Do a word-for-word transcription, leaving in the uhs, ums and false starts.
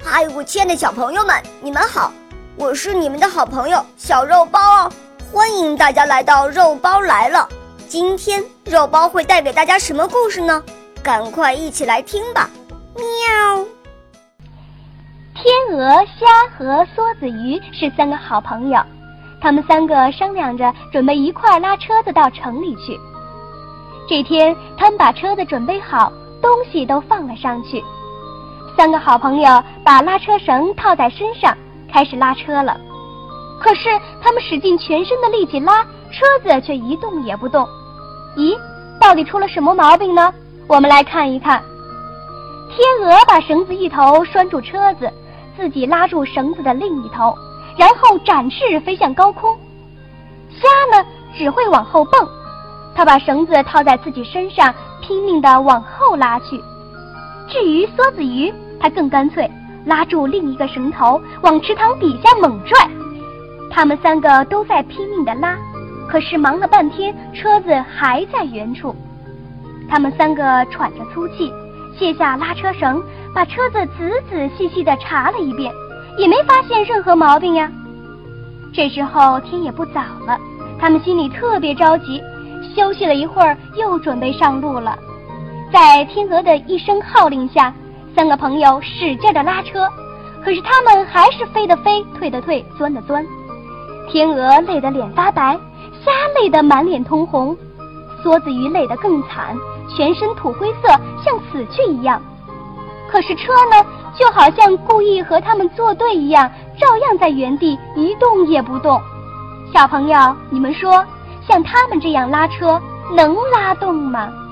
嗨，我亲爱的小朋友们，你们好，我是你们的好朋友小肉包哦，欢迎大家来到肉包来了。今天肉包会带给大家什么故事呢？赶快一起来听吧。喵。 天鹅、虾和梭子鱼是三个好朋友，他们三个商量着准备一块拉车子到城里去。这天，他们把车子准备好，东西都放了上去。三个好朋友把拉车绳套在身上，开始拉车了。可是他们使尽全身的力气拉，车子却一动也不动。咦，到底出了什么毛病呢？我们来看一看。天鹅把绳子一头拴住车子，自己拉住绳子的另一头，然后展翅飞向高空。虾呢，只会往后蹦，它把绳子套在自己身上，拼命地往后拉去。至于梭子鱼，它更干脆，拉住另一个绳头，往池塘底下猛拽。他们三个都在拼命地拉，可是忙了半天，车子还在原处。他们三个喘着粗气，卸下拉车绳，把车子仔仔细细地查了一遍，也没发现任何毛病呀。这时候天也不早了，他们心里特别着急，休息了一会儿，又准备上路了。在天鹅的一声号令下，三个朋友使劲地拉车，可是他们还是飞的飞，退的退，钻的钻。天鹅累得脸发白，虾累得满脸通红，梭子鱼累得更惨，全身土灰色，像死去一样。可是车呢，就好像故意和他们作对一样，照样在原地一动也不动。小朋友，你们说，像他们这样拉车，能拉动吗？